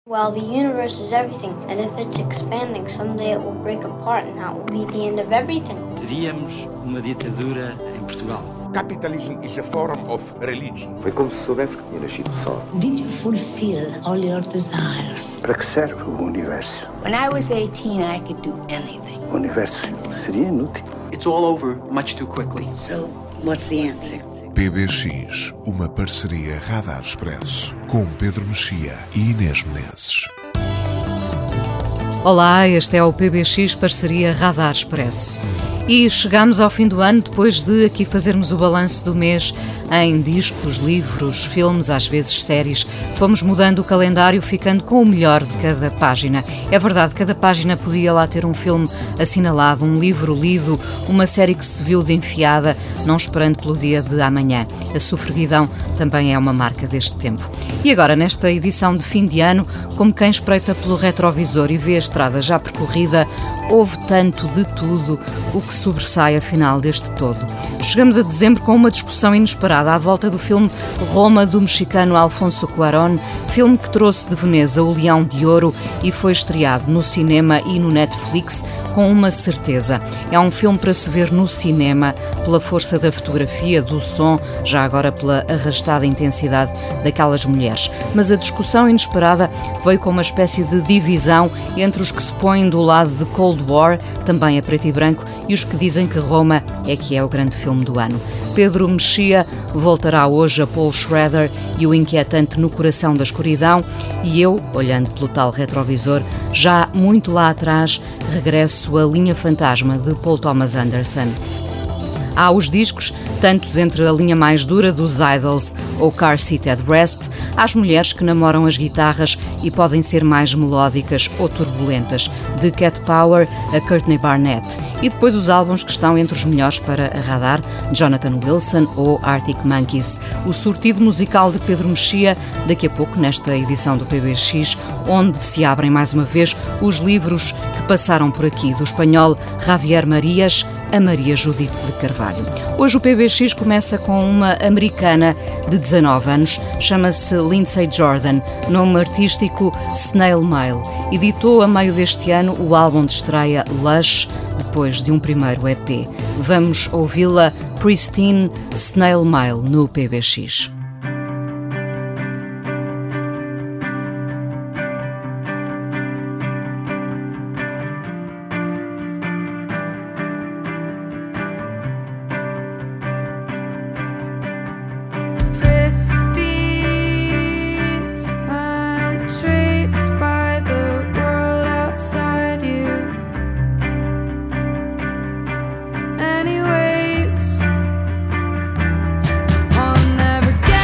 Well, the universe is everything, and if it's expanding, someday it will break apart, and that will be the end of everything. Teríamos uma ditadura em Portugal. Capitalism is a form of religion. Foi como se soubesse que tinha nascido só. Did you fulfill all your desires? Para que serve o universo? When I was 18, I could do anything. O universo seria inútil. It's all over much too quickly. So, what's the answer? PBX, uma parceria Radar Expresso, com Pedro Mexia e Inês Menezes. Olá, este é o PBX Parceria Radar Expresso. E chegamos ao fim do ano depois de aqui fazermos o balanço do mês em discos, livros, filmes, às vezes séries. Fomos mudando o calendário, ficando com o melhor de cada página. É verdade, cada página podia lá ter um filme assinalado, um livro lido, uma série que se viu de enfiada, não esperando pelo dia de amanhã. A sofreguidão também é uma marca deste tempo. E agora, nesta edição de fim de ano, como quem espreita pelo retrovisor e vê a estrada já percorrida, houve tanto de tudo o que sobressai afinal deste todo. Chegamos a dezembro com uma discussão inesperada à volta do filme Roma, do mexicano Alfonso Cuarón, filme que trouxe de Veneza o Leão de Ouro e foi estreado no cinema e no Netflix com uma certeza. É um filme para se ver no cinema, pela força da fotografia, do som, já agora pela arrastada intensidade daquelas mulheres. Mas a discussão inesperada veio com uma espécie de divisão entre os que se põem do lado de Cold War, também a preto e branco, e os que dizem que Roma é que é o grande filme do ano. Pedro Mexia voltará hoje a Paul Schrader e o inquietante No Coração da Escuridão, e eu, olhando pelo tal retrovisor, já muito lá atrás, regresso à Linha Fantasma de Paul Thomas Anderson. Há os discos, tantos entre a linha mais dura dos Idols ou Car Seat at Rest, às mulheres que namoram as guitarras e podem ser mais melódicas ou turbulentas, de Cat Power a Courtney Barnett, e depois os álbuns que estão entre os melhores para a Radar, Jonathan Wilson ou Arctic Monkeys. O sortido musical de Pedro Mexia, daqui a pouco nesta edição do PBX, onde se abrem mais uma vez os livros que passaram por aqui, do espanhol Javier Marias a Maria Judite de Carvalho. Hoje o PBX começa com uma americana de 19 anos, chama-se Lindsay Jordan, nome artístico Snail Mail. Editou a meio deste ano o álbum de estreia Lush, depois de um primeiro EP. Vamos ouvi-la Pristine Snail Mail no PBX. Never get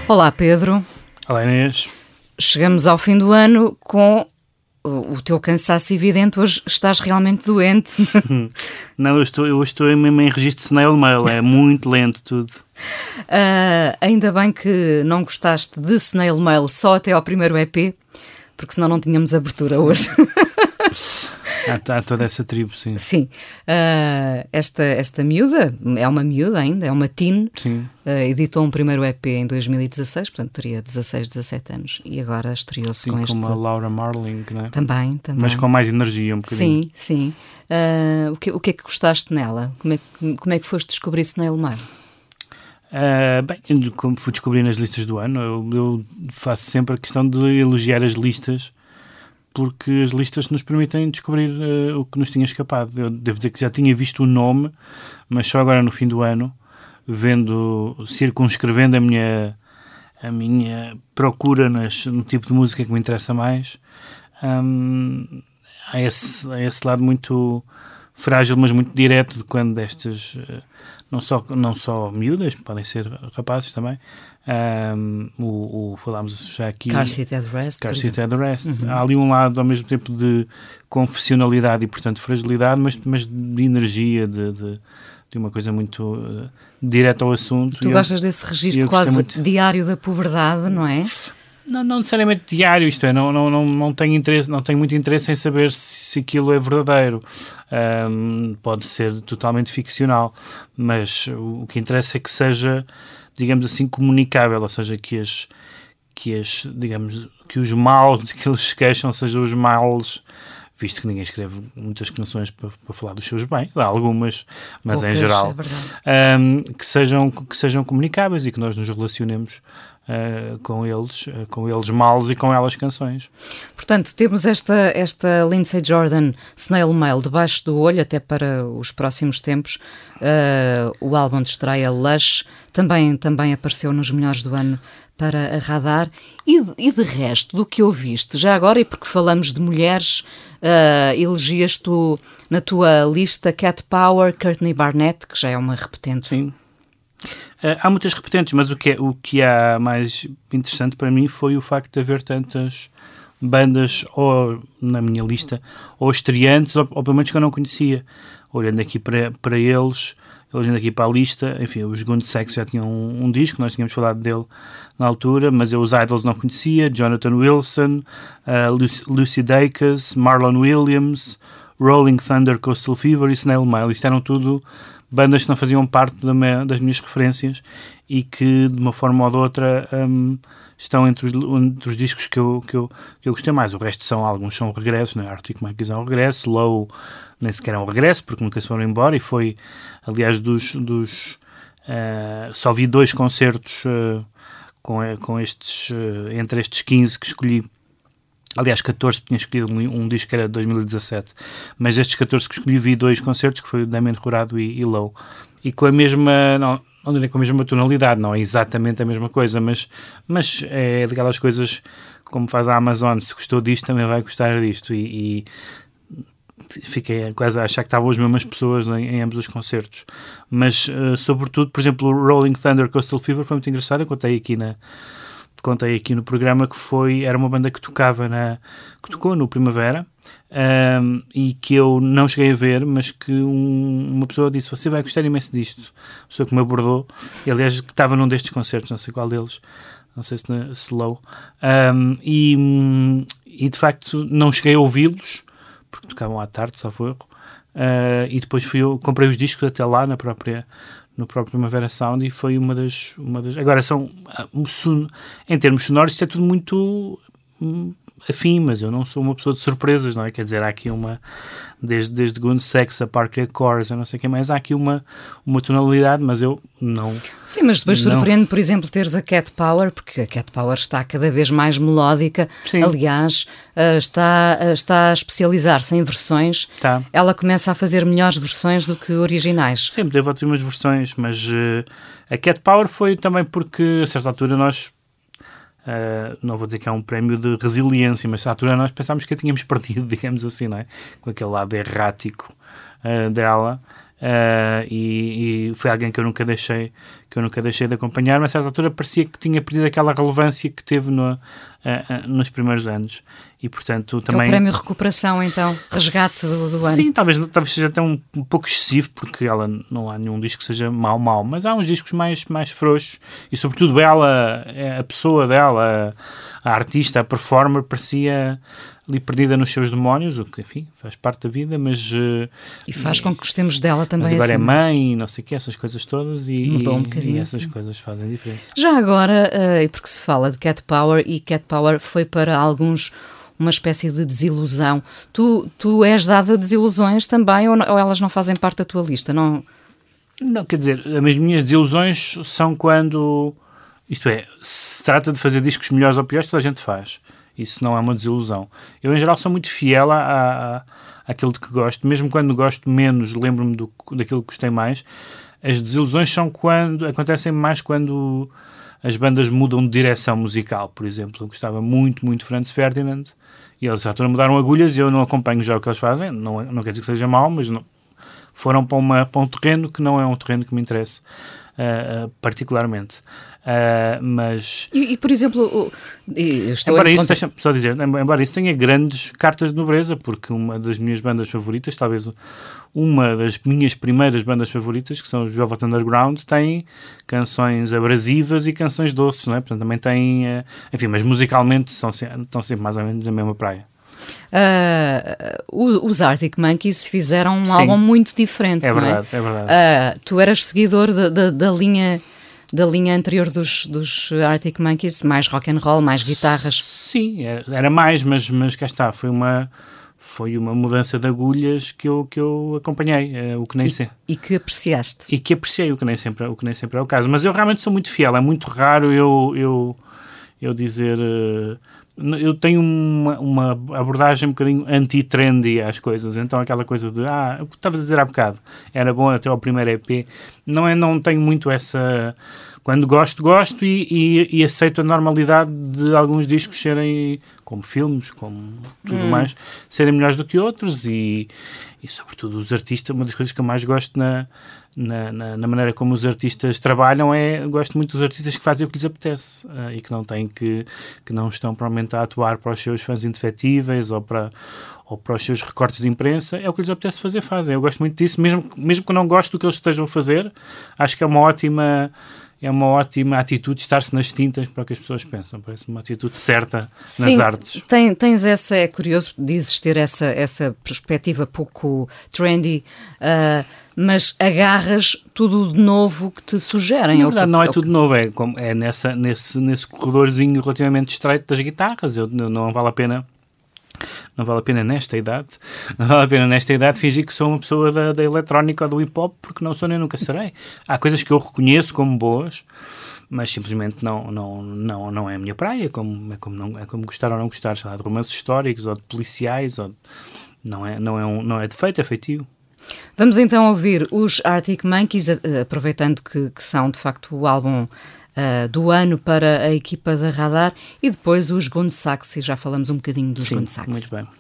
Olá, Pedro. Olá, Inês. Chegamos ao fim do ano com o teu cansaço evidente. Hoje estás realmente doente. Não, eu estou mesmo em registro de snail mail, é muito lento tudo. Ainda bem que não gostaste de snail mail só até ao primeiro EP, porque senão não tínhamos abertura hoje. Há toda essa tribo, sim. Sim. Esta miúda, é uma miúda ainda, é uma teen, editou um primeiro EP em 2016, portanto teria 16, 17 anos, e agora estreou-se com este... Sim, como a Laura Marling, não é? Também. Mas com mais energia um bocadinho. Sim. O que é que gostaste nela? Como é que foste descobrir Snail Mail? Bem, como fui descobrir nas listas do ano, eu faço sempre a questão de elogiar as listas, porque as listas nos permitem descobrir o que nos tinha escapado. Eu devo dizer que já tinha visto o nome, mas só agora no fim do ano, circunscrevendo a minha procura no tipo de música que me interessa mais, há esse lado muito frágil, mas muito direto de quando destas, não só miúdas, podem ser rapazes também, falámos já aqui Car Seat Headrest. Há ali um lado ao mesmo tempo de confessionalidade e portanto fragilidade, mas de energia, de uma coisa muito direta ao assunto. Tu gostas desse registro quase diário da puberdade, não é? Não necessariamente diário, isto é, não tenho muito interesse em saber se aquilo é verdadeiro. Pode ser totalmente ficcional, mas o que interessa é que seja, digamos assim, comunicável, ou seja, que os males que eles se queixam sejam os males, visto que ninguém escreve muitas canções para falar dos seus bens, há algumas, mas poucas, em geral, que sejam comunicáveis e que nós nos relacionemos com eles males e com elas canções. Portanto, temos esta Lindsay Jordan Snail Mail debaixo do olho até para os próximos tempos. O álbum de estreia Lush também apareceu nos melhores do ano para a Radar. E de resto, do que ouviste, já agora, e porque falamos de mulheres, elegias tu na tua lista Cat Power, Courtney Barnett, que já é uma repetente. Sim. Há muitas repetentes, mas o que há mais interessante para mim foi o facto de haver tantas bandas ou na minha lista, ou estreantes, ou pelo menos que eu não conhecia. Olhando aqui para eles, olhando aqui para a lista, enfim, os Gun Sex já tinham um disco, nós tínhamos falado dele na altura, mas eu os Idols não conhecia, Jonathan Wilson, Lucy Dacus, Marlon Williams, Rolling Thunder, Coastal Fever e Snail Mail. Isto eram tudo bandas que não faziam parte das minhas referências e que, de uma forma ou de outra, estão entre os discos que eu gostei mais. O resto alguns são regressos, né? Arctic Monkeys é um regresso, Low nem sequer é um regresso, porque nunca se foram embora, e foi, aliás, só vi 2 concertos entre estes 15 que escolhi. Aliás, 14, tinha escolhido um disco que era de 2017, mas estes 14 que escolhi, vi 2 concertos, que foi o Damien Jurado e Low, e com a mesma, não direi com a mesma tonalidade, não é exatamente a mesma coisa, mas é daquelas coisas como faz a Amazon, se gostou disto também vai gostar disto, e fiquei quase a achar que estavam as mesmas pessoas em ambos os concertos, mas sobretudo, por exemplo, o Rolling Thunder Coastal Fever foi muito engraçado. Eu contei aqui no programa que era uma banda que tocou no Primavera, e que eu não cheguei a ver, mas que uma pessoa disse: você vai gostar imenso disto. Uma pessoa que me abordou, e aliás que estava num destes concertos, não sei qual deles, não sei se Low, e de facto não cheguei a ouvi-los, porque tocavam à tarde, salvo erro, e depois comprei os discos até lá no próprio Primavera Sound, e foi uma das... Agora, em termos sonoros, isto é tudo muito afim, mas eu não sou uma pessoa de surpresas, não é? Quer dizer, há aqui desde Gun Sex a Parkway Chorus, eu não sei o que mais, há aqui uma tonalidade, mas eu não... Sim, mas depois surpreende, por exemplo, teres a Cat Power, porque a Cat Power está cada vez mais melódica. Sim. Aliás, está a especializar-se em versões. Tá. Ela começa a fazer melhores versões do que originais. Sempre teve ótimas versões, mas a Cat Power foi também porque, a certa altura, nós... não vou dizer que é um prémio de resiliência, mas à altura nós pensámos que a tínhamos perdido, digamos assim, não é? Com aquele lado errático dela, e foi alguém que eu nunca deixei de acompanhar, mas a certa altura parecia que tinha perdido aquela relevância que teve nos primeiros anos. E, portanto, também... É o prémio recuperação, então, resgate do ano. Sim, talvez seja até um pouco excessivo, porque ela não há nenhum disco que seja mau, mas há uns discos mais frouxos, e sobretudo ela, a pessoa dela, a artista, a performer, parecia ali perdida nos seus demónios, o que, enfim, faz parte da vida, mas... E faz com que gostemos dela também. Mas agora assim, é mãe, não sei o quê, essas coisas todas, mudou um bocadinho, e essas assim. coisas fazem diferença. Já agora, e porque se fala de Cat Power, e Cat Power foi para alguns uma espécie de desilusão. Tu és dada a desilusões também, ou elas não fazem parte da tua lista? Não, quer dizer, as minhas desilusões são quando... Isto é, se trata de fazer discos melhores ou piores, toda a gente faz. Isso não é uma desilusão. Eu, em geral, sou muito fiel àquilo de que gosto. Mesmo quando gosto menos, lembro-me daquilo que gostei mais. As desilusões acontecem mais quando as bandas mudam de direção musical, por exemplo. Eu gostava muito, muito de Franz Ferdinand, e eles à altura mudaram agulhas e eu não acompanho já o que eles fazem. Não quer dizer que seja mau, mas foram para um terreno que não é um terreno que me interessa particularmente. Mas... E, por exemplo, embora isso tenha grandes cartas de nobreza, porque uma das minhas bandas favoritas, talvez uma das minhas primeiras bandas favoritas, que são os Velvet Underground, tem canções abrasivas e canções doces, não é? Portanto, também tem... enfim, mas musicalmente estão sempre mais ou menos na mesma praia. Os Arctic Monkeys fizeram um álbum muito diferente, é não verdade, é? É verdade. Tu eras seguidor da linha anterior dos Arctic Monkeys, mais rock and roll, mais guitarras. Sim, era mais, mas cá está, foi uma mudança de agulhas que eu acompanhei, o que nem sei. E que apreciaste. E que apreciei, o que nem sempre é o caso. Mas eu realmente sou muito fiel, é muito raro eu dizer... Eu tenho uma abordagem um bocadinho anti-trendy às coisas, então aquela coisa de, o que estavas a dizer há bocado, era bom até ao primeiro EP, não tenho muito essa... Quando gosto e aceito a normalidade de alguns discos serem, como filmes, como tudo mais, serem melhores do que outros e sobretudo os artistas, uma das coisas que eu mais gosto na maneira como os artistas trabalham gosto muito dos artistas que fazem o que lhes apetece e que não têm que não estão provavelmente a atuar para os seus fãs indefetíveis ou para os seus recortes de imprensa, é o que lhes apetece fazer, fazem. Eu gosto muito disso, mesmo que eu não gosto do que eles estejam a fazer, acho que é uma ótima atitude estar-se nas tintas para o que as pessoas pensam. Parece uma atitude certa nas artes. Tens essa, é curioso, dizes ter essa perspectiva pouco trendy, mas agarras tudo de novo que te sugerem. Na verdade, não é tudo novo, é nesse corredorzinho relativamente estreito das guitarras. Não vale a pena nesta idade fingir que sou uma pessoa da eletrónica ou do hip-hop, porque não sou nem nunca serei. Há coisas que eu reconheço como boas, mas simplesmente não é a minha praia, como gostar ou não gostar, sei lá, de romances históricos ou de policiais, não é defeito, é feitio. Vamos então ouvir os Arctic Monkeys, aproveitando que são de facto o álbum do ano para a equipa da Radar, e depois os Gun Sax, e já falamos um bocadinho dos Gun Sax. Muito bem.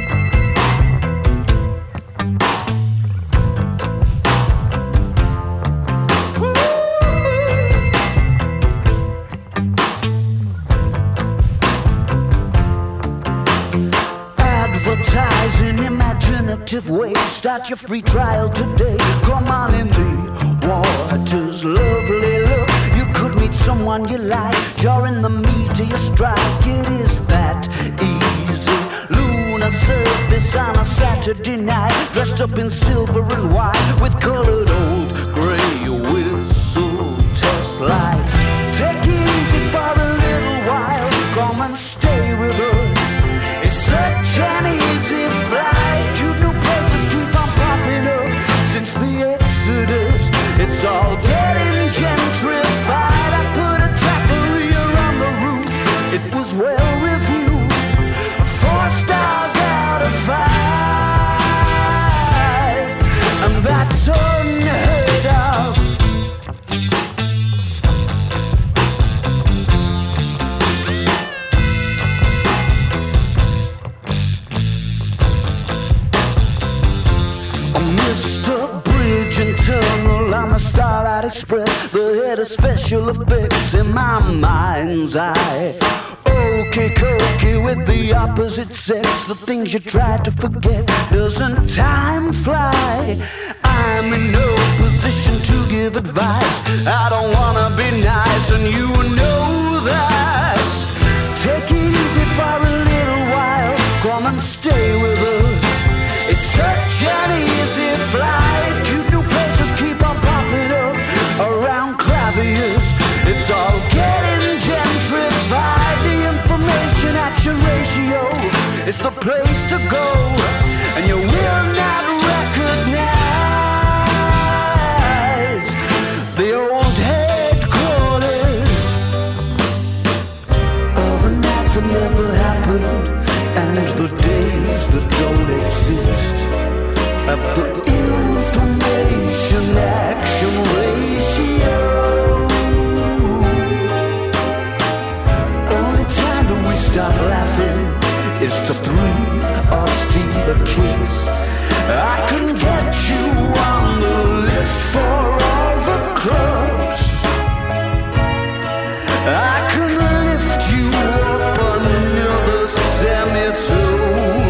Advertising imaginative ways. Start your free trial today. Come on in the water's lovely look. Could meet someone you like. You're in the meat of your strike. It is that easy. Lunar surface on a Saturday night, dressed up in silver and white with colored old grey whistle test lights. Take it easy for a little while. Come and stay with us. It's such an easy flight. You new places keep on popping up since the Exodus. It's all getting gentrified. I put a taqueria on the roof. It was well reviewed. 4 stars out of 5. And that's unheard of. I'd express the head of special effects in my mind's eye. Okay, cookie with the opposite sex, the things you try to forget. Doesn't time fly? I'm in no position to give advice. I don't wanna be nice, and you know that. Take it easy for a little while. Come and stay with us. It's such an easy flight. Cute new places keep on popping up around Clavius. It's all getting gentrified. The information action ratio is the place to go, and you will not recognize the old headquarters of a nights that never happened and the days that don't exist. At the information action ratio, only time that we stop laughing is to breathe or steal a kiss. I can get you on the list for all the clubs. I can lift you up another semitone.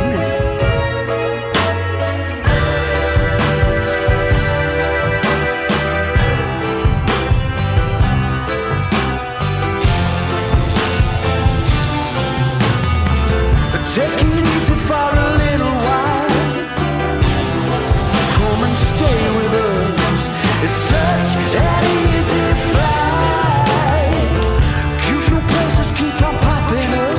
Take it easy for a little while. Come and stay with us. It's such an easy flight. Cute new places keep on popping up.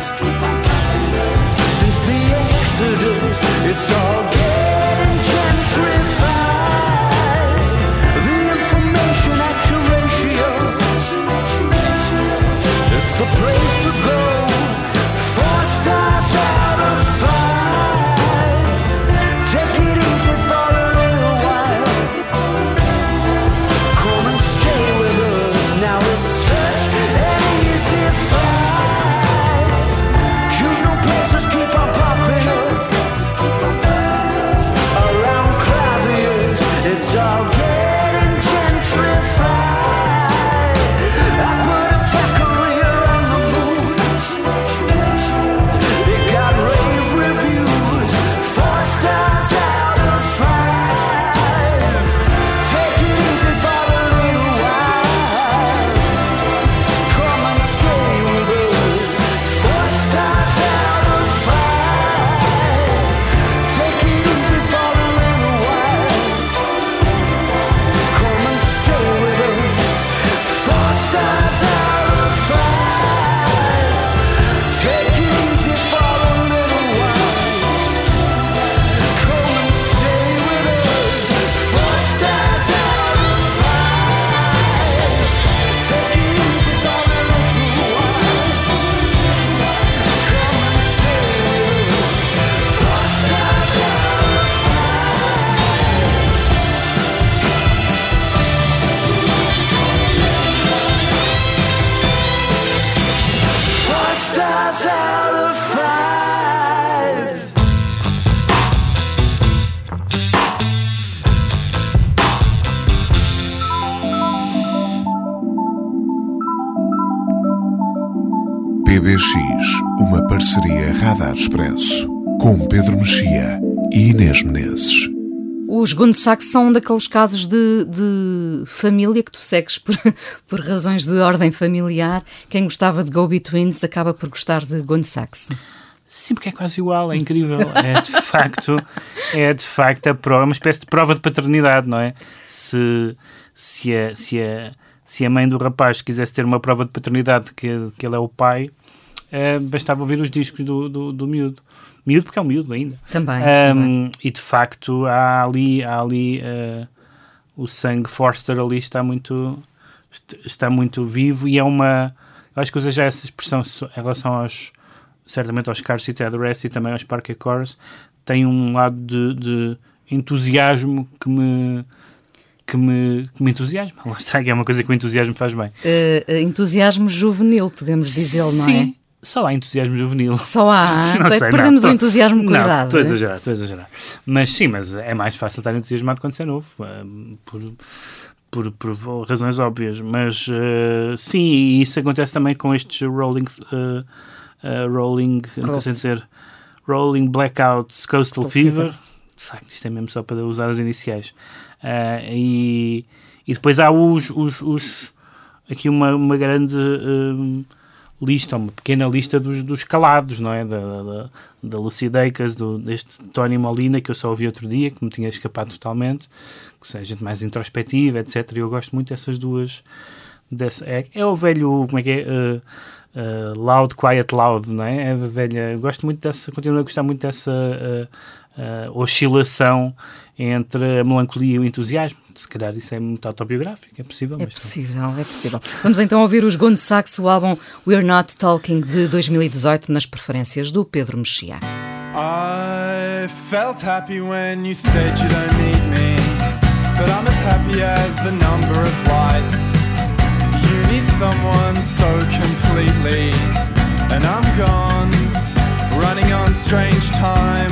Since the Exodus, it's all getting gentrified. The information action ratio, it's the place to go. 4 stars out of 5. Take it easy for a little while. Come and stay with us. Now it's such an easy flight. Cute new places keep on popping up around Clavius. It's all getting gentrified. I put a taqueria on the moon. It got rave reviews, 4 stars out of 5. Take it easy for a little while. Come and stay with us. 4 stars out of 5. Take it easy for a little while. Come and stay with us. 4 stars out of 5. Take it easy for a little while. Come and stay with us. 4 stars out of 5. Take it easy for a little while. Come and stay with us. 4 stars out of 5. 4 stars out of 5. PBX, uma parceria Radar Expresso, com Pedro Mexia e Inês Menezes. Os Gunsax são daqueles casos de família que tu segues por razões de ordem familiar. Quem gostava de Go-Betweens acaba por gostar de Gunsax. Sim, porque é quase igual, é incrível. É de facto uma espécie de prova de paternidade, não é? Se a mãe do rapaz quisesse ter uma prova de paternidade que ele é o pai, bastava ouvir os discos do miúdo. Miúdo porque é um miúdo ainda. Também. E de facto há ali o sangue Forster ali está muito vivo, e é uma... Eu acho que usa já essa expressão em relação certamente aos Car Seat Headrests e também aos Parquet Course. Tem um lado de entusiasmo que me entusiasma. Lá está, que é uma coisa que o entusiasmo faz bem. Entusiasmo juvenil, podemos dizê-lo, não é? Sim, só há entusiasmo juvenil. Só há. Perdemos o entusiasmo com a idade. Estou a exagerar. Mas sim, mas é mais fácil estar entusiasmado quando se é novo. por razões óbvias, mas sim, e isso acontece também com estes Rolling Blackouts Coastal Fever. De facto, isto é mesmo só para usar as iniciais. E depois há aqui uma grande lista, uma pequena lista dos calados, não é? Da Lucy Dacus, deste Tony Molina, que eu só ouvi outro dia, que me tinha escapado totalmente, que é gente mais introspectiva, etc. E eu gosto muito dessas duas. É o velho, como é que é? Loud, Quiet, Loud, não é? É a velha. Eu gosto muito dessa, continuo a gostar muito dessa oscilação entre a melancolia e o entusiasmo. Se calhar isso é muito autobiográfico, é possível. É possível. Vamos então ouvir os Goon Sax, o álbum We're Not Talking de 2018, nas preferências do Pedro Mexia. I felt happy when you said you don't need me, but I'm as happy as the number of lights. You need someone so completely, and I'm gone, running on strange time.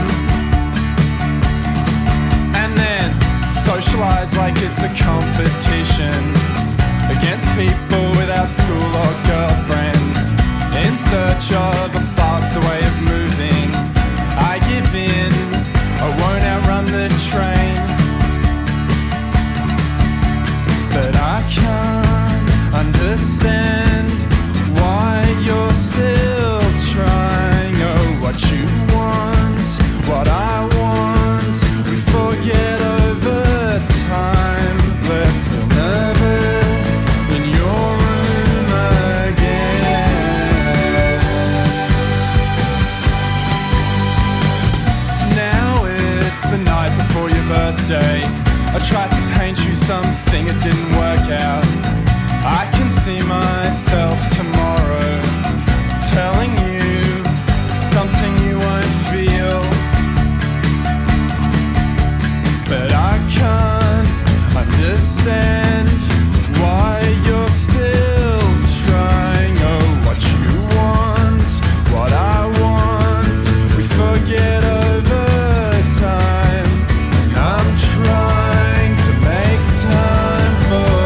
And then socialize like it's a competition against people without school or girlfriends, in search of a faster way of moving. I give in, I won't outrun the train, but I can't understand why you're still trying. Oh, what you want, what I want, we forget over time. Let's feel nervous in your room again. Now it's the night before your birthday. I tried to paint you something, it didn't work out. I can see myself tomorrow telling you something you won't feel, but I can't understand why you're still trying. Oh, what you want, what I want, we forget over time. And I'm trying to make time for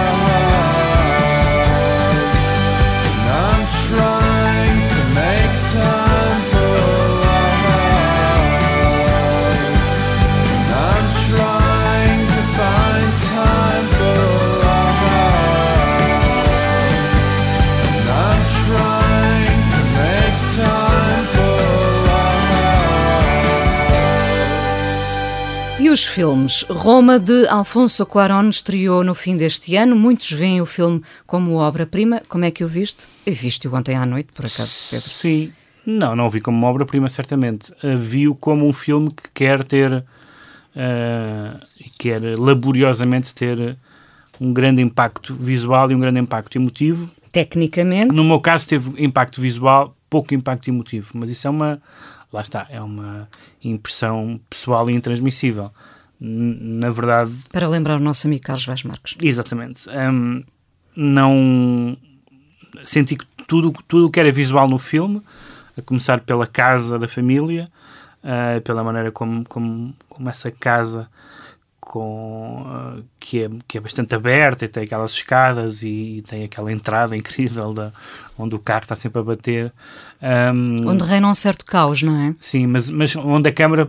os filmes. Roma, de Alfonso Cuarón, estreou no fim deste ano. Muitos veem o filme como obra-prima. Como é que o viste? Eu viste-o ontem à noite, por acaso, Pedro? Sim. Não o vi como uma obra-prima, certamente. Vi-o como um filme que quer ter, quer laboriosamente ter um grande impacto visual e um grande impacto emotivo. Tecnicamente. No meu caso teve impacto visual, pouco impacto emotivo, mas isso é uma impressão pessoal e intransmissível. Na verdade... Para lembrar o nosso amigo Carlos Vaz Marques. Exatamente. Não... Senti que tudo o que era visual no filme, a começar pela casa da família, pela maneira como essa casa que é bastante aberta e tem aquelas escadas e tem aquela entrada incrível onde o carro está sempre a bater. Onde reina um certo caos, não é? Sim, mas onde a câmara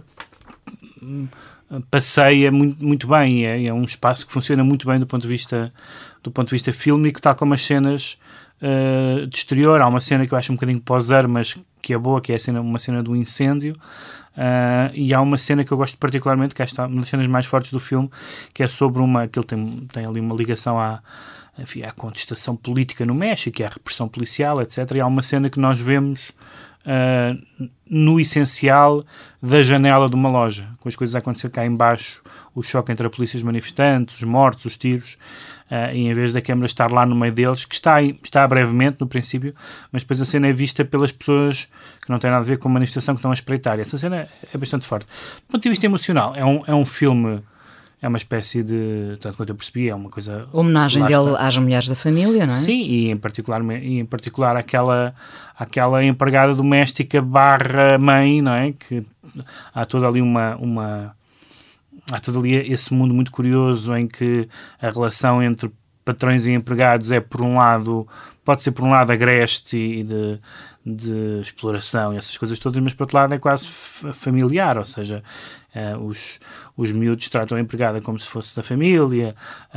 passeia muito, muito bem. É um espaço que funciona muito bem do ponto de vista fílmico, tal como as cenas de exterior. Há uma cena que eu acho um bocadinho poser, mas que é boa, que é uma cena do incêndio. E há uma cena que eu gosto particularmente, que é uma das cenas mais fortes do filme, que é sobre que ele tem ali uma ligação à contestação política no México, é a repressão policial, etc. E há uma cena que nós vemos no essencial da janela de uma loja, com as coisas a acontecer cá em baixo, o choque entre a polícia e os manifestantes, os mortos, os tiros, e em vez da câmara estar lá no meio deles, que está brevemente no princípio, mas depois a cena é vista pelas pessoas que não têm nada a ver com a manifestação, que estão a espreitar. E essa cena é bastante forte. Do ponto de vista emocional, é um filme, é uma espécie de, tanto quanto eu percebi, é uma coisa... Homenagem dele às mulheres da família, não é? Sim, e em particular aquela empregada doméstica / mãe, não é? Que há toda ali há todo ali esse mundo muito curioso em que a relação entre patrões e empregados por um lado, pode ser por um lado agreste e de exploração e essas coisas todas, mas por outro lado é quase familiar, ou seja, os miúdos tratam a empregada como se fosse da família,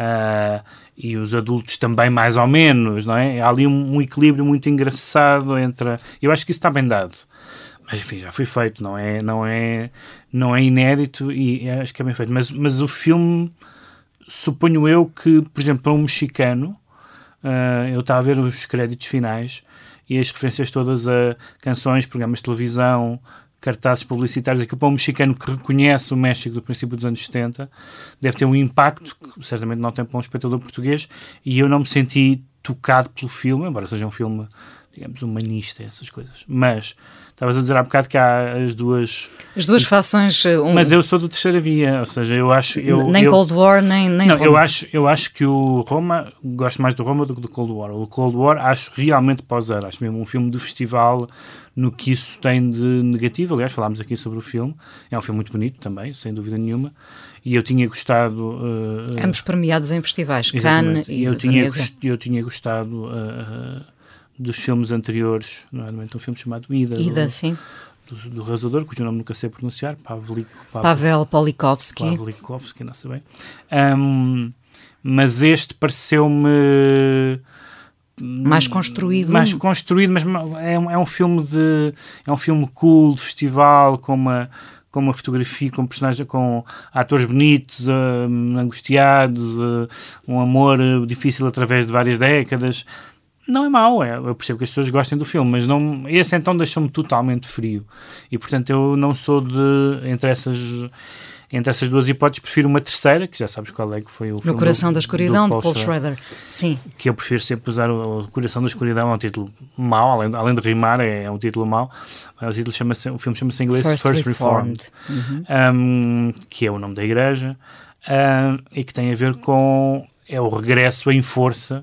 e os adultos também mais ou menos, não é? Há ali um equilíbrio muito engraçado entre... Eu acho que isso está bem dado. Mas, enfim, já foi feito, não é inédito e acho que é bem feito. Mas o filme, suponho eu que, por exemplo, para um mexicano, eu estava a ver os créditos finais e as referências todas a canções, programas de televisão, cartazes publicitários, aquilo para um mexicano que reconhece o México do princípio dos anos 70, deve ter um impacto que certamente não tem para um espectador português, e eu não me senti tocado pelo filme, embora seja um filme, digamos, humanista, essas coisas. Mas estavas a dizer há bocado que há as duas fações. Mas eu sou do terceira via, ou seja, eu acho... Nem Cold War, nem não, Roma. Eu acho que o Roma, gosto mais do Roma do que do Cold War. O Cold War acho realmente pauser, acho mesmo um filme de festival no que isso tem de negativo. Aliás, falámos aqui sobre o filme. É um filme muito bonito também, sem dúvida nenhuma. E eu tinha gostado... ambos premiados em festivais, Cannes e Veneza. Eu tinha gostado... dos filmes anteriores, nomeadamente um filme chamado Ida, sim. Do realizador, cujo nome nunca sei pronunciar, Pavel Polikovsky, não sei bem. Mas este pareceu-me mais construído, mas é um filme cool, de festival, com uma fotografia, com personagens, com atores bonitos, angustiados, um amor difícil através de várias décadas. Não é mau, eu percebo que as pessoas gostem do filme, mas não, esse então deixou-me totalmente frio. E, portanto, eu não sou entre essas duas hipóteses, prefiro uma terceira, que já sabes qual é que foi o filme. No Coração da Escuridão, de Paul Schrader. Sim. Que eu prefiro sempre usar o Coração da Escuridão, é um título mau, além de rimar, é um título mau. O filme chama-se em inglês First Reformed. Que é o nome da igreja, e que tem a ver com... é o regresso em força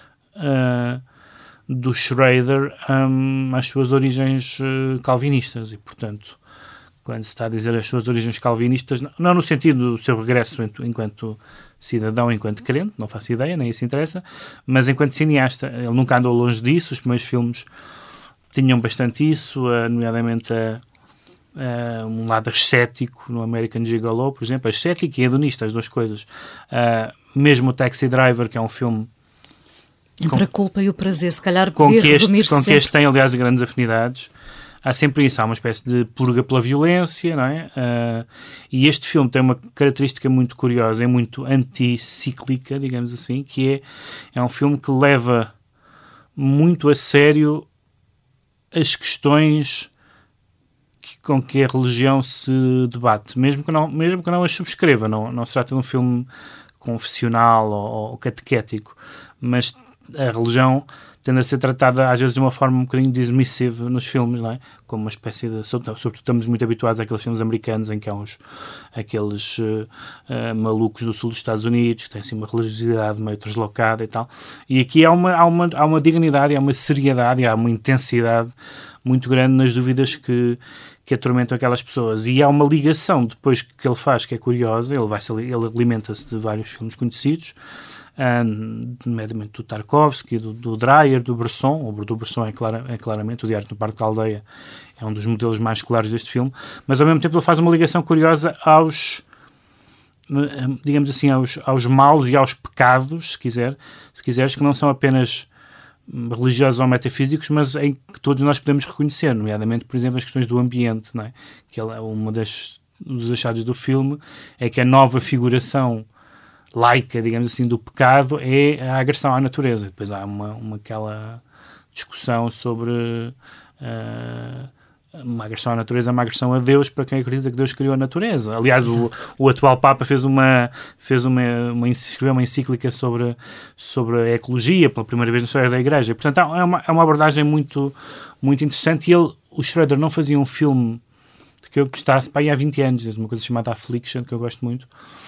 do Schrader às suas origens calvinistas, e portanto, quando se está a dizer as suas origens calvinistas, não no sentido do seu regresso enquanto cidadão, enquanto crente, não faço ideia, nem isso interessa, mas enquanto cineasta. Ele nunca andou longe disso, os primeiros filmes tinham bastante isso, nomeadamente um lado ascético no American Gigolo, por exemplo, ascético e hedonista, as duas coisas. Mesmo o Taxi Driver, que é um filme entre a culpa e o prazer, se calhar podia resumir-se com que este tem, aliás, grandes afinidades. Há sempre isso, há uma espécie de purga pela violência, não é? E este filme tem uma característica muito curiosa, é muito anticíclica, digamos assim, que é um filme que leva muito a sério as questões com que a religião se debate, mesmo que não as subscreva. Não se trata de um filme confessional ou catequético, mas a religião tende a ser tratada às vezes de uma forma um bocadinho dismissiva nos filmes, não é? Como uma espécie de... Sobretudo estamos muito habituados àqueles filmes americanos em que há aqueles malucos do sul dos Estados Unidos, que têm assim uma religiosidade meio deslocada e tal. E aqui há uma dignidade, há uma seriedade, há uma intensidade muito grande nas dúvidas que atormentam aquelas pessoas. E há uma ligação depois que ele faz, que é curiosa. Ele alimenta-se de vários filmes conhecidos, nomeadamente do Tarkovsky, do Dreyer, do Bresson. O do Bresson é claramente o Diário do Parque da Aldeia, é um dos modelos mais claros deste filme, mas ao mesmo tempo ele faz uma ligação curiosa digamos assim, aos males e aos pecados, se quiseres, que não são apenas religiosos ou metafísicos, mas em que todos nós podemos reconhecer, nomeadamente, por exemplo, as questões do ambiente, não é? Que uma dos achados do filme é que a nova figuração laica, digamos assim, do pecado é a agressão à natureza. Depois há aquela discussão sobre uma agressão à natureza, uma agressão a Deus, para quem acredita que Deus criou a natureza. Aliás, o atual Papa escreveu uma encíclica sobre a ecologia pela primeira vez na história da Igreja. Portanto, é uma abordagem muito, muito interessante. E o Schrader não fazia um filme que eu gostasse há 20 anos, uma coisa chamada Affliction, que eu gosto muito.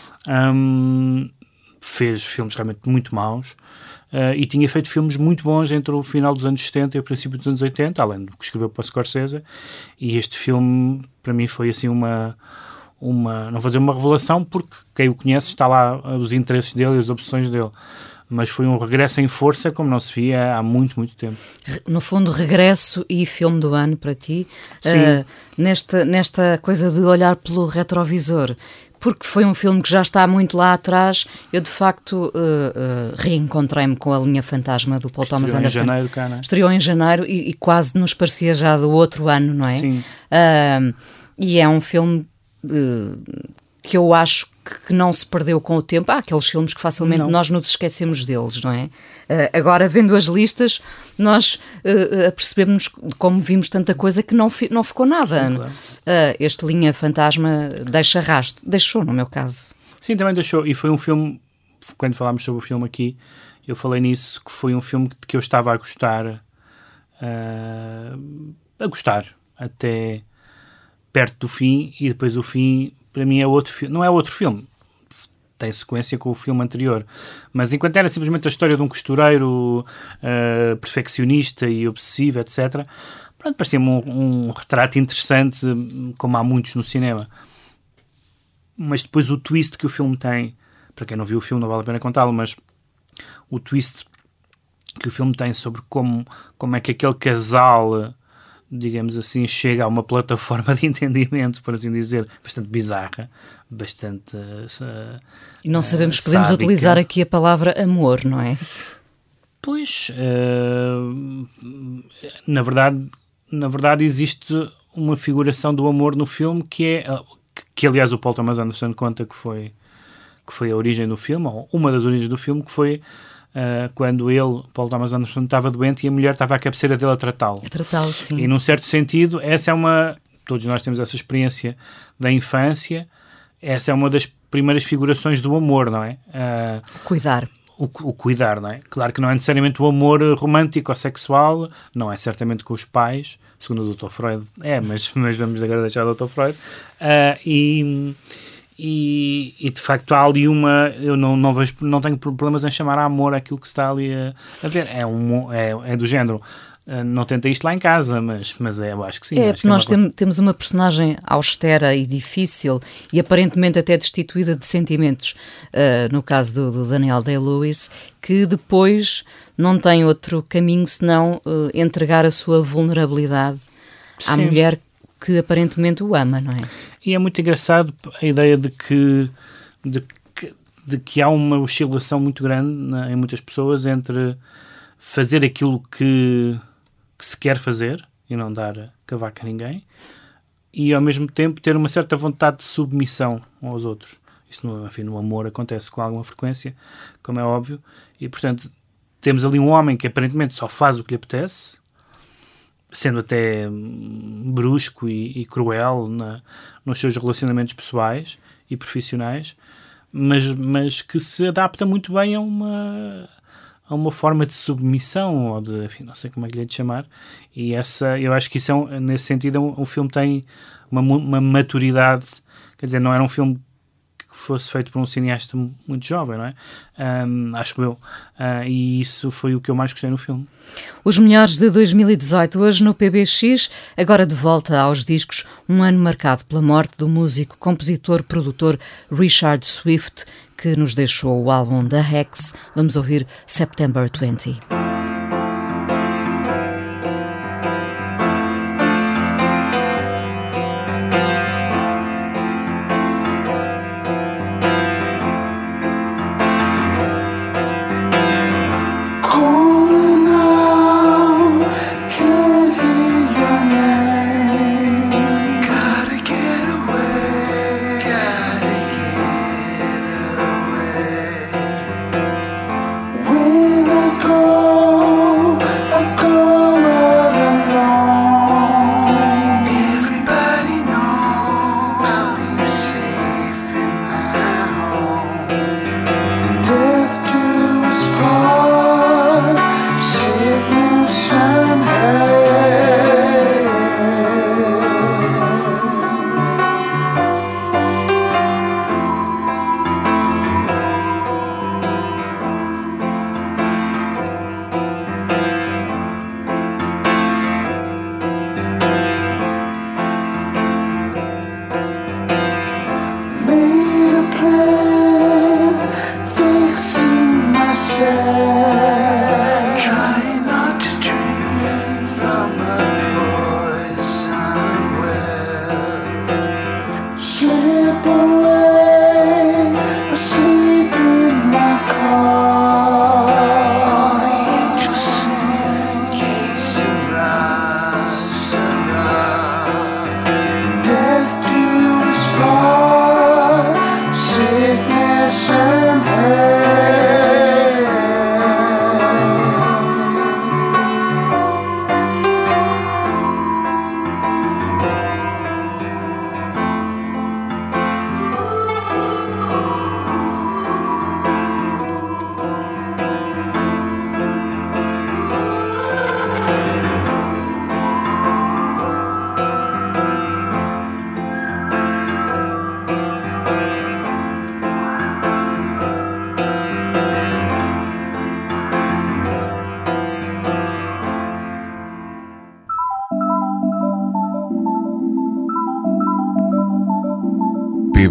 Fez filmes realmente muito maus, e tinha feito filmes muito bons entre o final dos anos 70 e o princípio dos anos 80, além do que escreveu para Scorsese. E este filme, para mim, foi assim uma não vou dizer uma revelação, porque quem o conhece está lá os interesses dele e as opções dele. Mas foi um regresso em força como não se via há muito, muito tempo. No fundo, regresso e filme do ano para ti, nesta coisa de olhar pelo retrovisor, porque foi um filme que já está muito lá atrás. Eu, de facto, reencontrei-me com a Linha Fantasma do Paul Thomas Anderson. Estreou em janeiro cá, não é? Estreou em janeiro e quase nos parecia já do outro ano, não é? Sim. E é um filme que eu acho que não se perdeu com o tempo. Há aqueles filmes que facilmente nós nos esquecemos deles, não é? Agora, vendo as listas, nós apercebemos, como vimos tanta coisa, que não ficou nada. Sim, claro. Este Linha Fantasma deixa rastro. Deixou, no meu caso. Sim, também deixou. E foi um filme, quando falámos sobre o filme aqui, eu falei nisso, que foi um filme que eu estava a gostar até perto do fim, e depois o fim, para mim, é outro filme. Não é outro filme, tem sequência com o filme anterior, mas enquanto era simplesmente a história de um costureiro perfeccionista e obsessivo, etc., pronto, parecia-me um retrato interessante, como há muitos no cinema. Mas depois o twist que o filme tem, para quem não viu o filme não vale a pena contá-lo, mas o twist que o filme tem sobre como é que aquele casal, digamos assim, chega a uma plataforma de entendimento, por assim dizer, bastante bizarra, bastante e não sabemos que podemos utilizar aqui a palavra amor, não é? Pois, na verdade existe uma figuração do amor no filme que aliás o Paul Thomas Anderson conta que foi a origem do filme, ou uma das origens do filme, que foi quando Paul Thomas Anderson, estava doente e a mulher estava à cabeceira dele a tratá-lo. Sim. E num certo sentido, todos nós temos essa experiência da infância, essa é uma das primeiras figurações do amor, não é? Cuidar. O cuidar, não é? Claro que não é necessariamente o amor romântico ou sexual, não é certamente com os pais, segundo o Dr. Freud, mas vamos agora deixar o Dr. Freud, e de facto há ali eu não tenho problemas em chamar a amor aquilo que se está ali a ver, é do género, não tenta isto lá em casa, mas eu acho que sim. Porque nós temos uma personagem austera e difícil e aparentemente até destituída de sentimentos, no caso do Daniel Day-Lewis, que depois não tem outro caminho senão entregar a sua vulnerabilidade à mulher que aparentemente o ama, não é? E é muito engraçado a ideia de que há uma oscilação muito grande em muitas pessoas entre fazer aquilo que se quer fazer e não dar cavaco a ninguém, e ao mesmo tempo ter uma certa vontade de submissão aos outros. Isso, no amor acontece com alguma frequência, como é óbvio, e portanto temos ali um homem que aparentemente só faz o que lhe apetece, sendo até brusco e cruel nos seus relacionamentos pessoais e profissionais, mas que se adapta muito bem a uma forma de submissão, ou de, enfim, não sei como é que lhe é de chamar, e eu acho que isso nesse sentido, o filme tem uma maturidade, quer dizer, não era um filme que fosse feito por um cineasta muito jovem, não é? Acho eu. E isso foi o que eu mais gostei no filme. Os melhores de 2018, hoje no PBX, agora de volta aos discos, um ano marcado pela morte do músico, compositor, produtor Richard Swift, que nos deixou o álbum The Hex. Vamos ouvir September 20. When I call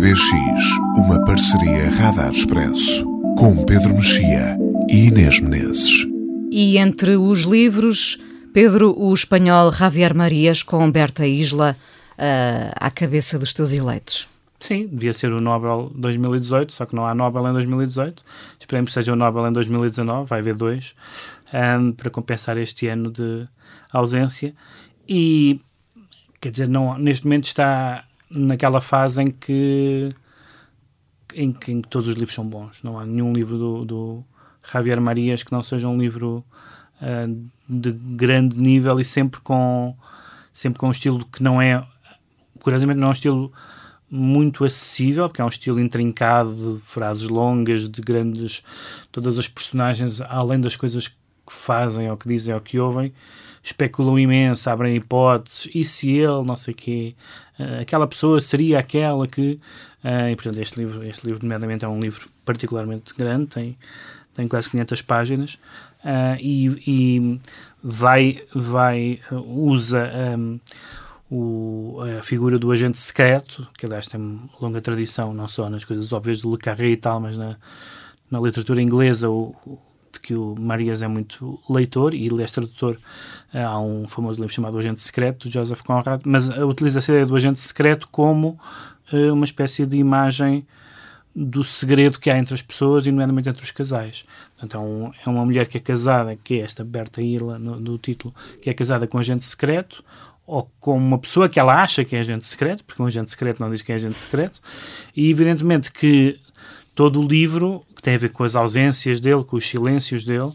PBX, uma parceria Radar Expresso, com Pedro Mexia e Inês Menezes. E entre os livros, Pedro, o espanhol Javier Marías com Berta Isla à cabeça dos teus eleitos. Sim, devia ser o Nobel 2018, só que não há Nobel em 2018. Esperemos que seja o Nobel em 2019, vai haver 2, para compensar este ano de ausência. E, quer dizer, não, neste momento está naquela fase em que todos os livros são bons. Não há nenhum livro do Javier Marías que não seja um livro de grande nível e sempre com um estilo que não é, curiosamente, não é um estilo muito acessível, porque é um estilo intrincado, de frases longas, de grandes... Todas as personagens, além das coisas que fazem, ou que dizem, ou que ouvem, especulam imenso, abrem hipóteses, e se ele, não sei o quê, aquela pessoa seria aquela que... e, portanto, este livro, nomeadamente, é um livro particularmente grande, tem quase 500 páginas, e usa... a figura do agente secreto, que aliás tem uma longa tradição, não só nas coisas óbvias de Le Carré e tal, mas na literatura inglesa, de que o Marías é muito leitor, e ele é tradutor. Há um famoso livro chamado O Agente Secreto, de Joseph Conrad, mas utiliza-se a ideia do agente secreto como uma espécie de imagem do segredo que há entre as pessoas, e nomeadamente entre os casais. Portanto, é uma mulher que é casada, que é esta Berta Isla, do título, que é casada com um agente secreto, ou com uma pessoa que ela acha que é agente secreto, porque um agente secreto não diz que é agente secreto, e evidentemente que todo o livro, que tem a ver com as ausências dele, com os silêncios dele,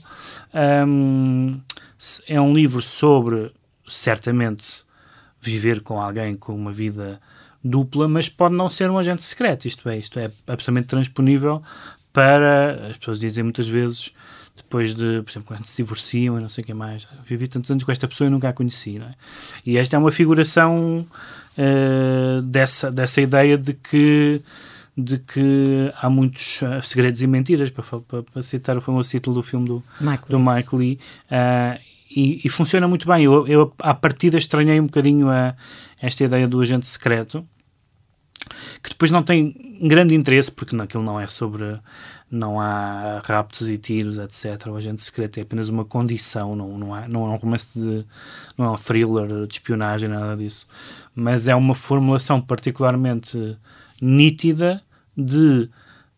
é um livro sobre, certamente, viver com alguém com uma vida dupla, mas pode não ser um agente secreto, isto é absolutamente transponível para, as pessoas dizem muitas vezes, depois de, por exemplo, quando se divorciam e não sei o que mais, vivi tantos anos com esta pessoa e nunca a conheci, não é? E esta é uma figuração dessa ideia de que há muitos segredos e mentiras, para citar o famoso título do filme do Mike Leigh, e funciona muito bem. Eu à partida estranhei um bocadinho esta ideia do agente secreto, que depois não tem grande interesse, porque aquilo não é sobre... Não há raptos e tiros, etc. O agente secreto é apenas uma condição, não é um romance não é um thriller de espionagem, nada disso. Mas é uma formulação particularmente nítida de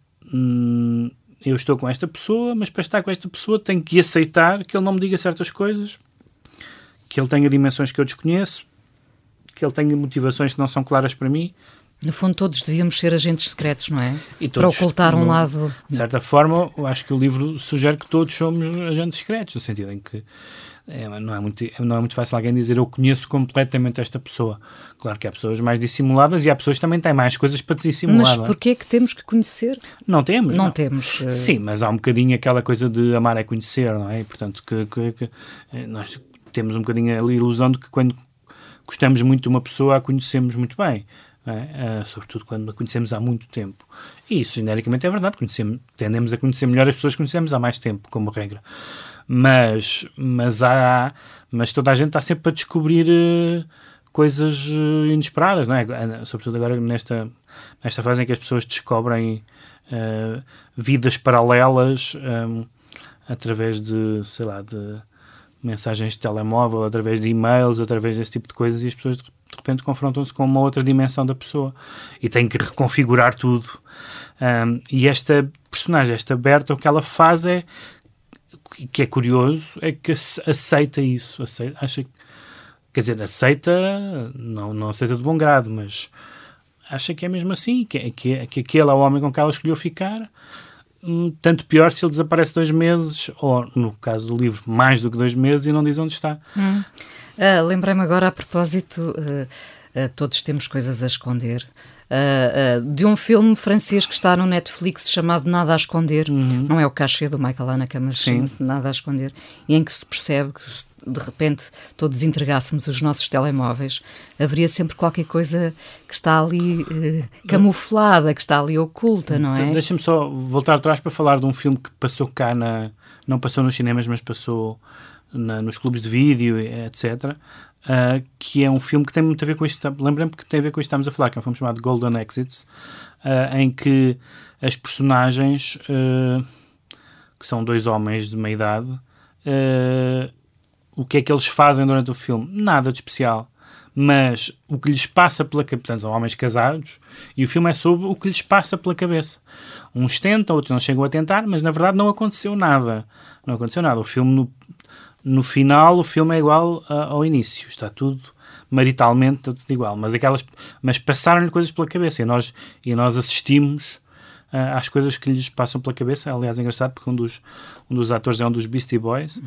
eu estou com esta pessoa, mas para estar com esta pessoa tenho que aceitar que ele não me diga certas coisas, que ele tenha dimensões que eu desconheço, que ele tenha motivações que não são claras para mim. No fundo, todos devíamos ser agentes secretos, não é? E todos, para ocultar um lado... De certa forma, eu acho que o livro sugere que todos somos agentes secretos, no sentido em que não é muito fácil alguém dizer eu conheço completamente esta pessoa. Claro que há pessoas mais dissimuladas e há pessoas que também têm mais coisas para dissimular. Mas porquê é que temos que conhecer? Não temos. Não temos. Sim, mas há um bocadinho aquela coisa de amar é conhecer, não é? E, portanto, que nós temos um bocadinho a ilusão de que quando gostamos muito de uma pessoa, a conhecemos muito bem. Sobretudo quando a conhecemos há muito tempo, e isso genericamente é verdade, tendemos a conhecer melhor as pessoas que conhecemos há mais tempo, como regra, mas toda a gente está sempre a descobrir coisas inesperadas, não é? Sobretudo agora nesta fase em que as pessoas descobrem vidas paralelas através de, sei lá, de mensagens de telemóvel, através de e-mails, através desse tipo de coisas, e as pessoas de repente confrontam-se com uma outra dimensão da pessoa e têm que reconfigurar tudo. E esta personagem, esta Berta, o que ela faz que é curioso, é que aceita isso. Aceita, não aceita de bom grado, mas acha que é mesmo assim, que aquele é o homem com quem ela escolheu ficar. Tanto pior se ele desaparece 2 meses, ou, no caso do livro, mais do que 2 meses, e não diz onde está. Lembrei-me agora, a propósito, todos temos coisas a esconder, de um filme francês que está no Netflix chamado Nada a Esconder. Não é o cachê do Michael Haneke, mas chama-se Nada a Esconder, e em que se percebe que se de repente todos entregássemos os nossos telemóveis, haveria sempre qualquer coisa que está ali camuflada, que está ali oculta, não é? Deixa-me só voltar atrás para falar de um filme que passou cá, não passou nos cinemas, mas passou nos clubes de vídeo, etc., que é um filme que tem muito a ver com isto. Lembrem-me que tem a ver com isto que estamos a falar, que é um filme chamado Golden Exits, em que as personagens, que são 2 homens de meia idade, o que é que eles fazem durante o filme? Nada de especial. Mas o que lhes passa pela cabeça, portanto, são homens casados, e o filme é sobre o que lhes passa pela cabeça. Uns tentam, outros não chegam a tentar, mas na verdade não aconteceu nada. Não aconteceu nada. O filme, no final, o filme é igual ao início. Está tudo, maritalmente, tudo igual. Mas passaram-lhe coisas pela cabeça, e nós assistimos às coisas que lhes passam pela cabeça. Aliás, é engraçado porque um dos atores é um dos Beastie Boys.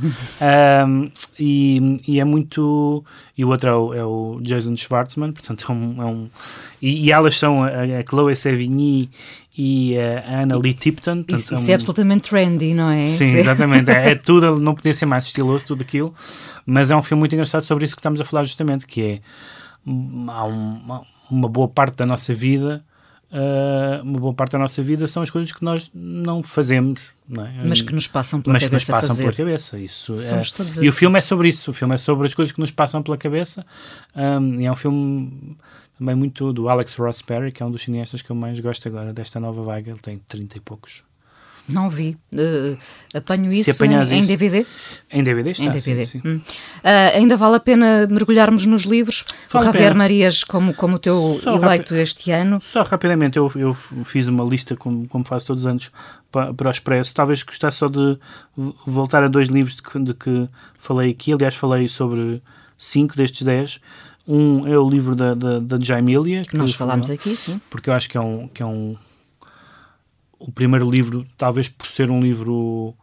E é muito... E o outro é o Jason Schwartzman, portanto e elas são a Chloe Sevigny e a Anna Lee Tipton. Isso é absolutamente trendy, não é? Sim, exatamente. É tudo, não podia ser mais estiloso, tudo aquilo. Mas é um filme muito engraçado sobre isso que estamos a falar justamente, que é há uma boa parte da nossa vida. Uma boa parte da nossa vida são as coisas que nós não fazemos, não é? Mas que nos passam pela cabeça. Isso e o filme é sobre isso. O filme é sobre as coisas que nos passam pela cabeça. E é um filme também muito do Alex Ross Perry, que é um dos cineastas que eu mais gosto agora desta nova vaga. Ele tem 30 e poucos. Não vi. Apanho isso em DVD? Em DVD está, em DVD. Sim. Ainda vale a pena mergulharmos nos livros? O Javier Marias como o teu eleito este ano? Só rapidamente, eu fiz uma lista, como faço todos os anos, para o Expresso. Talvez gostasse só de voltar a 2 livros de que falei aqui. Aliás, falei sobre 5 destes 10. Um é o livro da Jaimilia. Que nós falámos aqui, sim. Porque eu acho que é o primeiro livro, talvez por ser um livro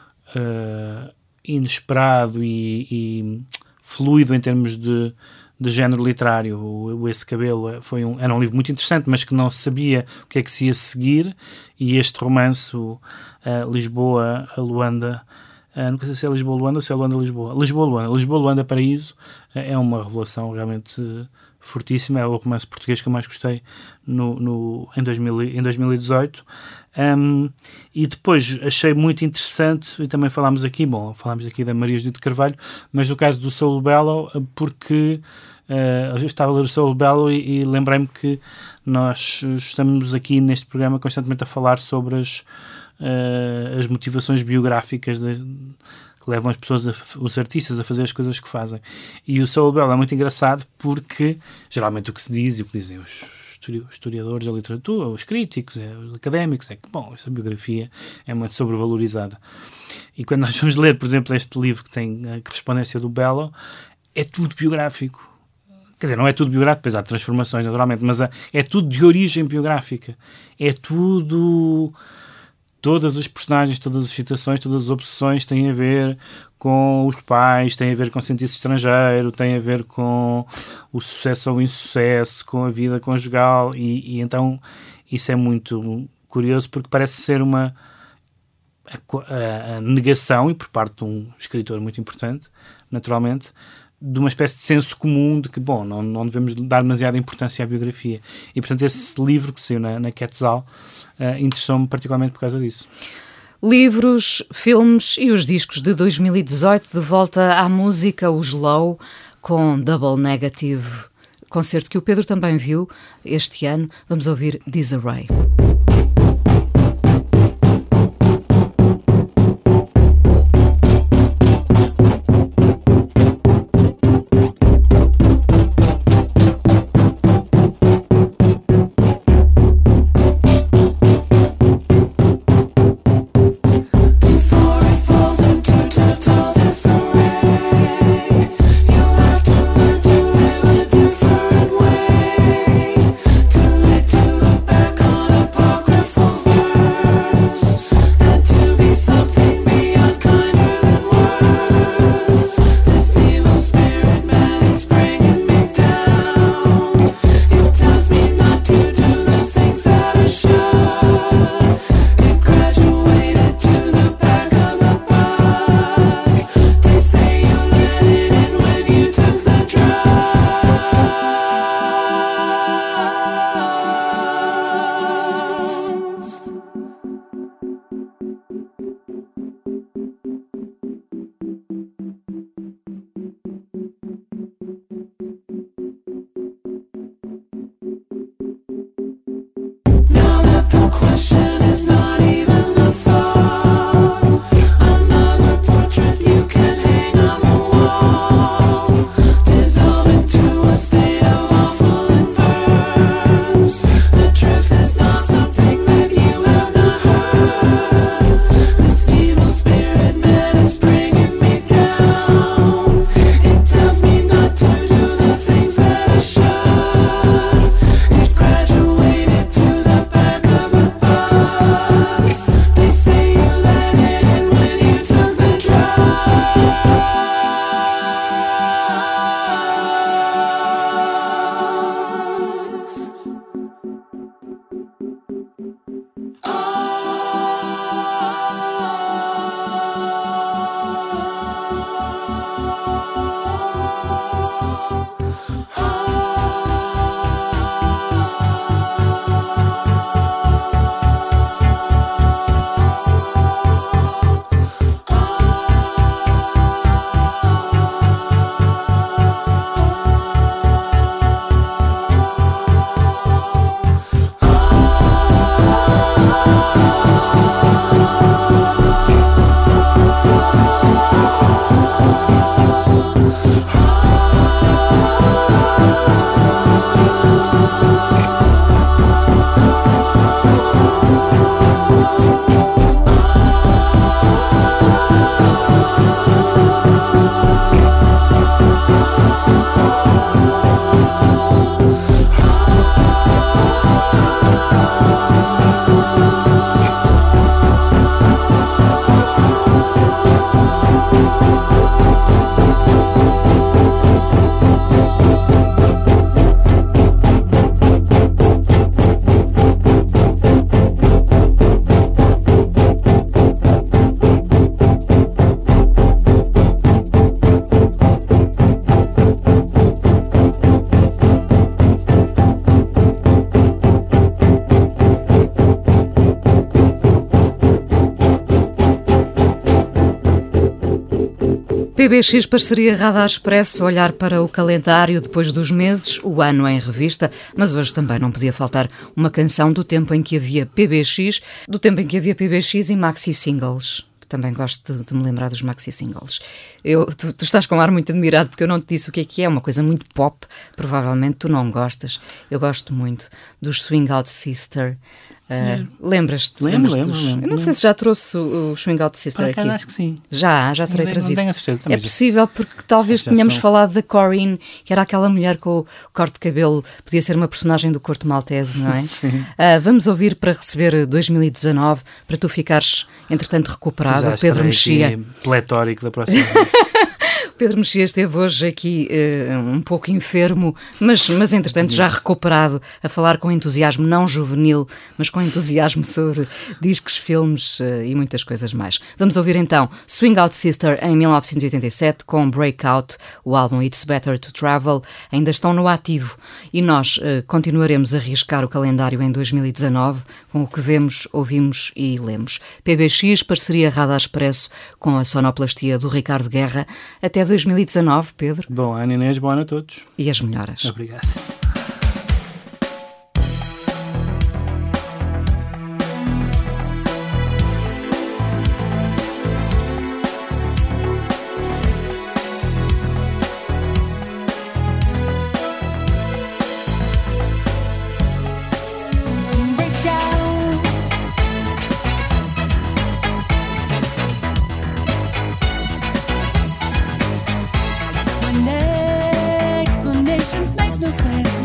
inesperado e fluido em termos de género literário. O Esse Cabelo era um livro muito interessante, mas que não sabia o que é que se ia seguir, e este romance, Lisboa a Luanda, nunca sei se é Lisboa-Luanda ou se é Luanda-Lisboa. Lisboa-Luanda Paraíso, é uma revelação realmente fortíssima. É o romance português que eu mais gostei em 2018. E depois achei muito interessante, e também falámos aqui da Maria Judite Carvalho, mas no caso do Saul Bellow, porque eu estava a ler o Saul Bellow e lembrei-me que nós estamos aqui neste programa constantemente a falar sobre as motivações biográficas que levam as pessoas, os artistas, a fazer as coisas que fazem. E o Saul Bellow é muito engraçado porque geralmente o que se diz e o que dizem os historiadores da literatura, os críticos, os académicos, é que, essa biografia é muito sobrevalorizada. E quando nós vamos ler, por exemplo, este livro que tem a correspondência do Bellow, é tudo biográfico. Quer dizer, não é tudo biográfico, depois há transformações, naturalmente, mas é tudo de origem biográfica. É tudo... Todas as personagens, todas as citações, todas as obsessões têm a ver com os pais, têm a ver com sentir-se estrangeiro, têm a ver com o sucesso ou o insucesso, com a vida conjugal, e então isso é muito curioso, porque parece ser a negação, e por parte de um escritor muito importante, naturalmente, de uma espécie de senso comum de que, não devemos dar demasiada importância à biografia. E, portanto, esse livro que saiu na Quetzal interessou-me particularmente por causa disso. Livros, filmes e os discos de 2018, de volta à música, o Slow, com Double Negative, concerto que o Pedro também viu este ano. Vamos ouvir Disarray. Apart. PBX, parceria Radar Expresso, olhar para o calendário depois dos meses, o ano em revista, mas hoje também não podia faltar uma canção do tempo em que havia PBX, do tempo em que havia PBX e maxi singles. Também gosto de me lembrar dos maxi singles. Tu estás com um ar muito admirado porque eu não te disse o que é uma coisa muito pop, provavelmente tu não gostas. Eu gosto muito dos Swing Out Sister. Lembras-te? Lembro. Eu não sei se já trouxe o Swing Out Sister aqui. Acho que sim. Já terei trazido. Não tenho a certeza. Também é possível porque talvez tenhamos falado da Corinne, que era aquela mulher com o corte de cabelo, podia ser uma personagem do Corto Maltese, não é? Sim. Vamos ouvir para receber 2019, para tu ficares, entretanto, recuperado. Já Pedro Mexia. Pletórico da próxima vez. Pedro Mexia esteve hoje aqui um pouco enfermo, mas entretanto já recuperado, a falar com entusiasmo não juvenil, mas com entusiasmo sobre discos, filmes e muitas coisas mais. Vamos ouvir então Swing Out Sister em 1987 com Breakout, o álbum It's Better to Travel, ainda estão no ativo e nós continuaremos a riscar o calendário em 2019 com o que vemos, ouvimos e lemos. PBX, parceria Radar Expresso com a sonoplastia do Ricardo Guerra. Até 2019, Pedro. Bom ano, Inês, bom ano a todos. E as melhoras. Obrigado. Explanations make no sense.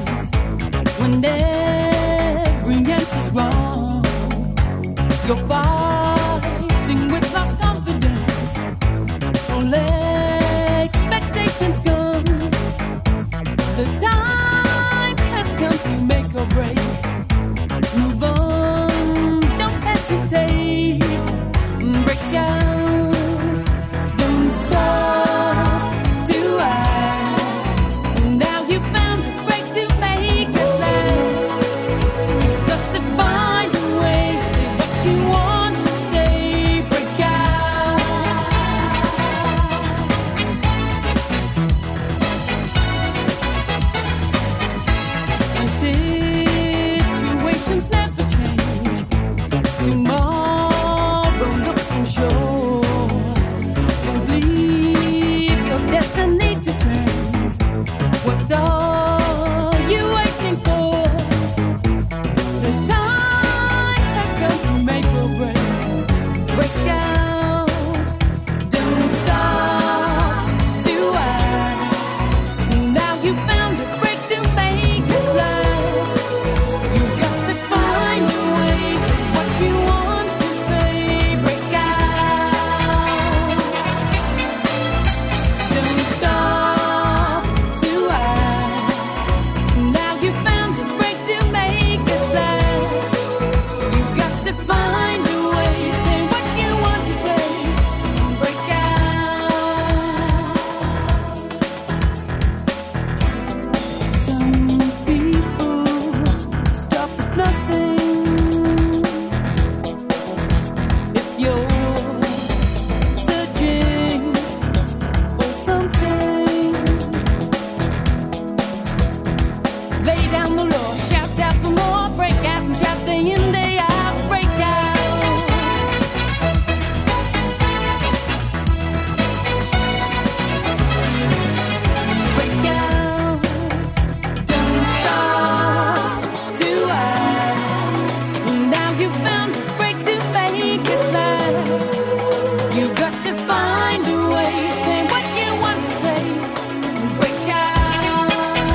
find a way, say what you want to say, break out.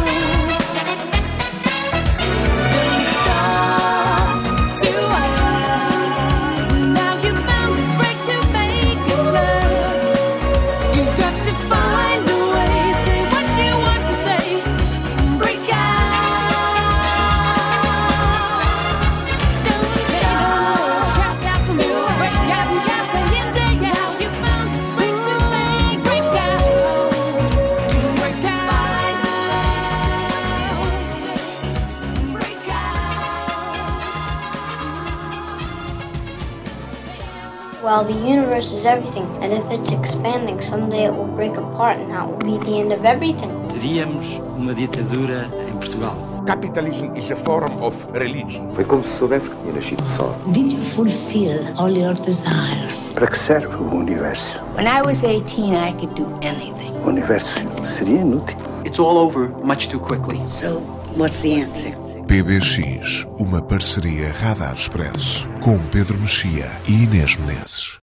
Don't stop to ask. Now you found a break to make it last. You've got to find a way, say what you want to say, break out. Don't stop, shout out for more, break out and just say it day out. You found a break to make, break out, break out, break out. Well, the universe is everything, and if it's expanding, someday it will break apart, and that will be the end of everything. Teríamos uma ditadura em Portugal. Capitalism is a form of religion. Foi como se soubesse que tinha nascido só. Did you fulfill all your desires? Para que serve o universo? When I was 18, I could do anything. O universo seria inútil. It's all over much too quickly. So, what's the answer? PBX, uma parceria Radar Expresso com Pedro Mexia e Inês Menezes.